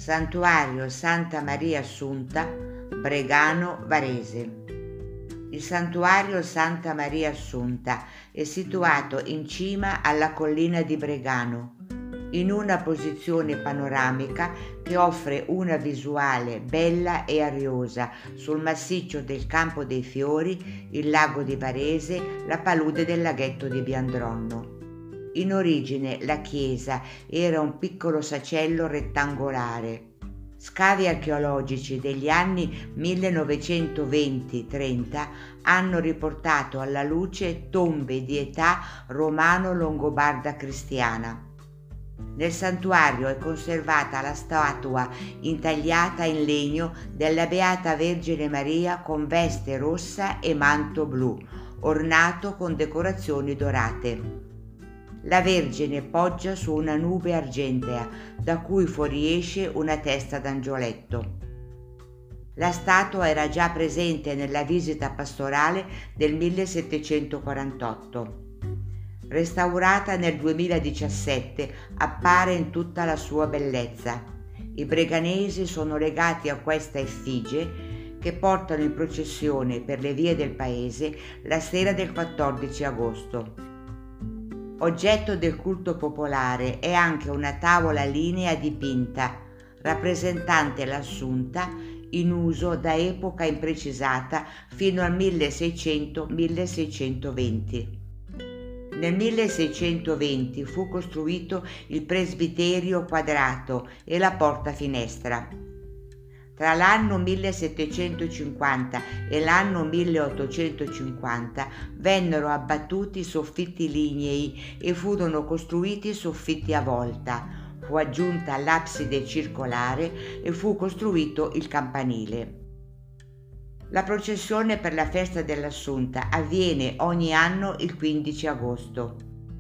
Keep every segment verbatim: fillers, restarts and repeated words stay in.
Santuario Santa Maria Assunta, Bregano, Varese. Il Santuario Santa Maria Assunta è situato in cima alla collina di Bregano, in una posizione panoramica che offre una visuale bella e ariosa sul massiccio del Campo dei Fiori, il lago di Varese, la palude del laghetto di Biandronno. In origine la chiesa era un piccolo sacello rettangolare. Scavi archeologici degli anni millenovecentoventi trenta hanno riportato alla luce tombe di età romano-longobarda cristiana. Nel santuario è conservata la statua intagliata in legno della Beata Vergine Maria con veste rossa e manto blu, ornato con decorazioni dorate. La Vergine poggia su una nube argentea, da cui fuoriesce una testa d'angioletto. La statua era già presente nella visita pastorale del millesettecentoquarantotto. Restaurata nel duemiladiciassette, appare in tutta la sua bellezza. I breganesi sono legati a questa effigie che portano in processione per le vie del paese la sera del quattordici agosto. Oggetto del culto popolare è anche una tavola lignea dipinta, rappresentante l'Assunta, in uso da epoca imprecisata fino al milleseicento milleseicentoventi. Nel milleseicentoventi fu costruito il presbiterio quadrato e la porta finestra. Tra l'anno millesettecentocinquanta e l'anno milleottocentocinquanta vennero abbattuti i soffitti lignei e furono costruiti soffitti a volta. Fu aggiunta l'abside circolare e fu costruito il campanile. La processione per la festa dell'Assunta avviene ogni anno il quindici agosto.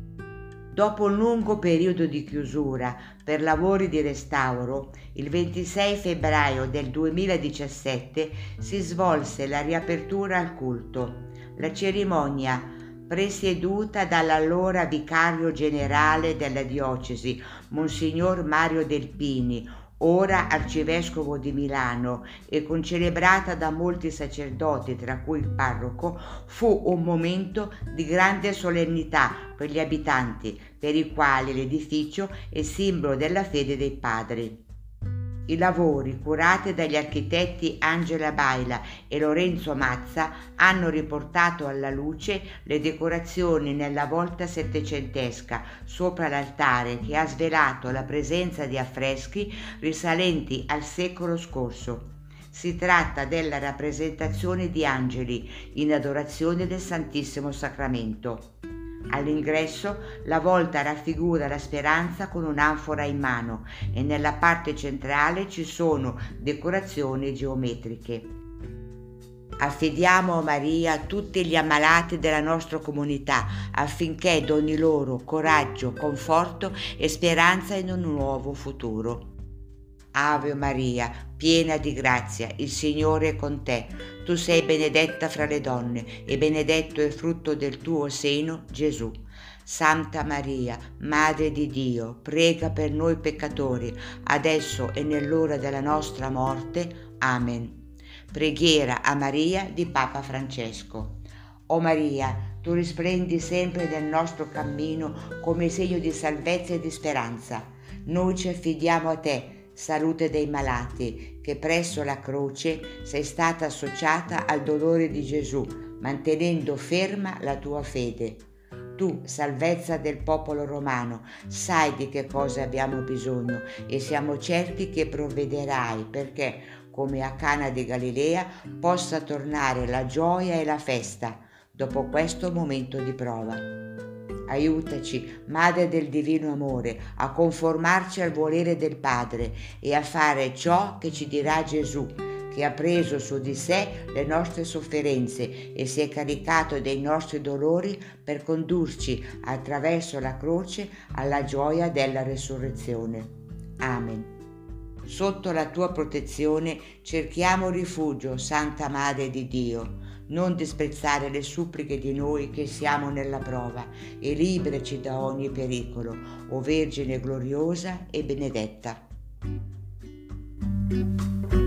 Dopo un lungo periodo di chiusura per lavori di restauro, il ventisei febbraio del duemiladiciassette si svolse la riapertura al culto. La cerimonia, presieduta dall'allora vicario generale della diocesi, Monsignor Mario Delpini, ora arcivescovo di Milano, e concelebrata da molti sacerdoti, tra cui il parroco, fu un momento di grande solennità per gli abitanti, per i quali l'edificio è simbolo della fede dei padri. I lavori, curati dagli architetti Angela Baila e Lorenzo Mazza, hanno riportato alla luce le decorazioni nella volta settecentesca sopra l'altare, che ha svelato la presenza di affreschi risalenti al secolo scorso. Si tratta della rappresentazione di angeli in adorazione del Santissimo Sacramento. All'ingresso la volta raffigura la speranza con un'anfora in mano e nella parte centrale ci sono decorazioni geometriche. Affidiamo a Maria tutti gli ammalati della nostra comunità affinché doni loro coraggio, conforto e speranza in un nuovo futuro. Ave Maria, piena di grazia, il Signore è con te. Tu sei benedetta fra le donne e benedetto è il frutto del tuo seno, Gesù. Santa Maria, Madre di Dio, prega per noi peccatori, adesso e nell'ora della nostra morte. Amen. Preghiera a Maria di Papa Francesco. O Maria, tu risplendi sempre nel nostro cammino come segno di salvezza e di speranza. Noi ci affidiamo a te, salute dei malati, che presso la croce sei stata associata al dolore di Gesù, mantenendo ferma la tua fede. Tu, salvezza del popolo romano, sai di che cosa abbiamo bisogno e siamo certi che provvederai perché, come a Cana di Galilea, possa tornare la gioia e la festa dopo questo momento di prova. Aiutaci, Madre del Divino Amore, a conformarci al volere del Padre e a fare ciò che ci dirà Gesù, che ha preso su di sé le nostre sofferenze e si è caricato dei nostri dolori per condurci attraverso la croce alla gioia della resurrezione. Amen. Sotto la tua protezione cerchiamo rifugio, Santa Madre di Dio. Non disprezzare le suppliche di noi che siamo nella prova e liberaci da ogni pericolo, o Vergine gloriosa e benedetta. Ciao.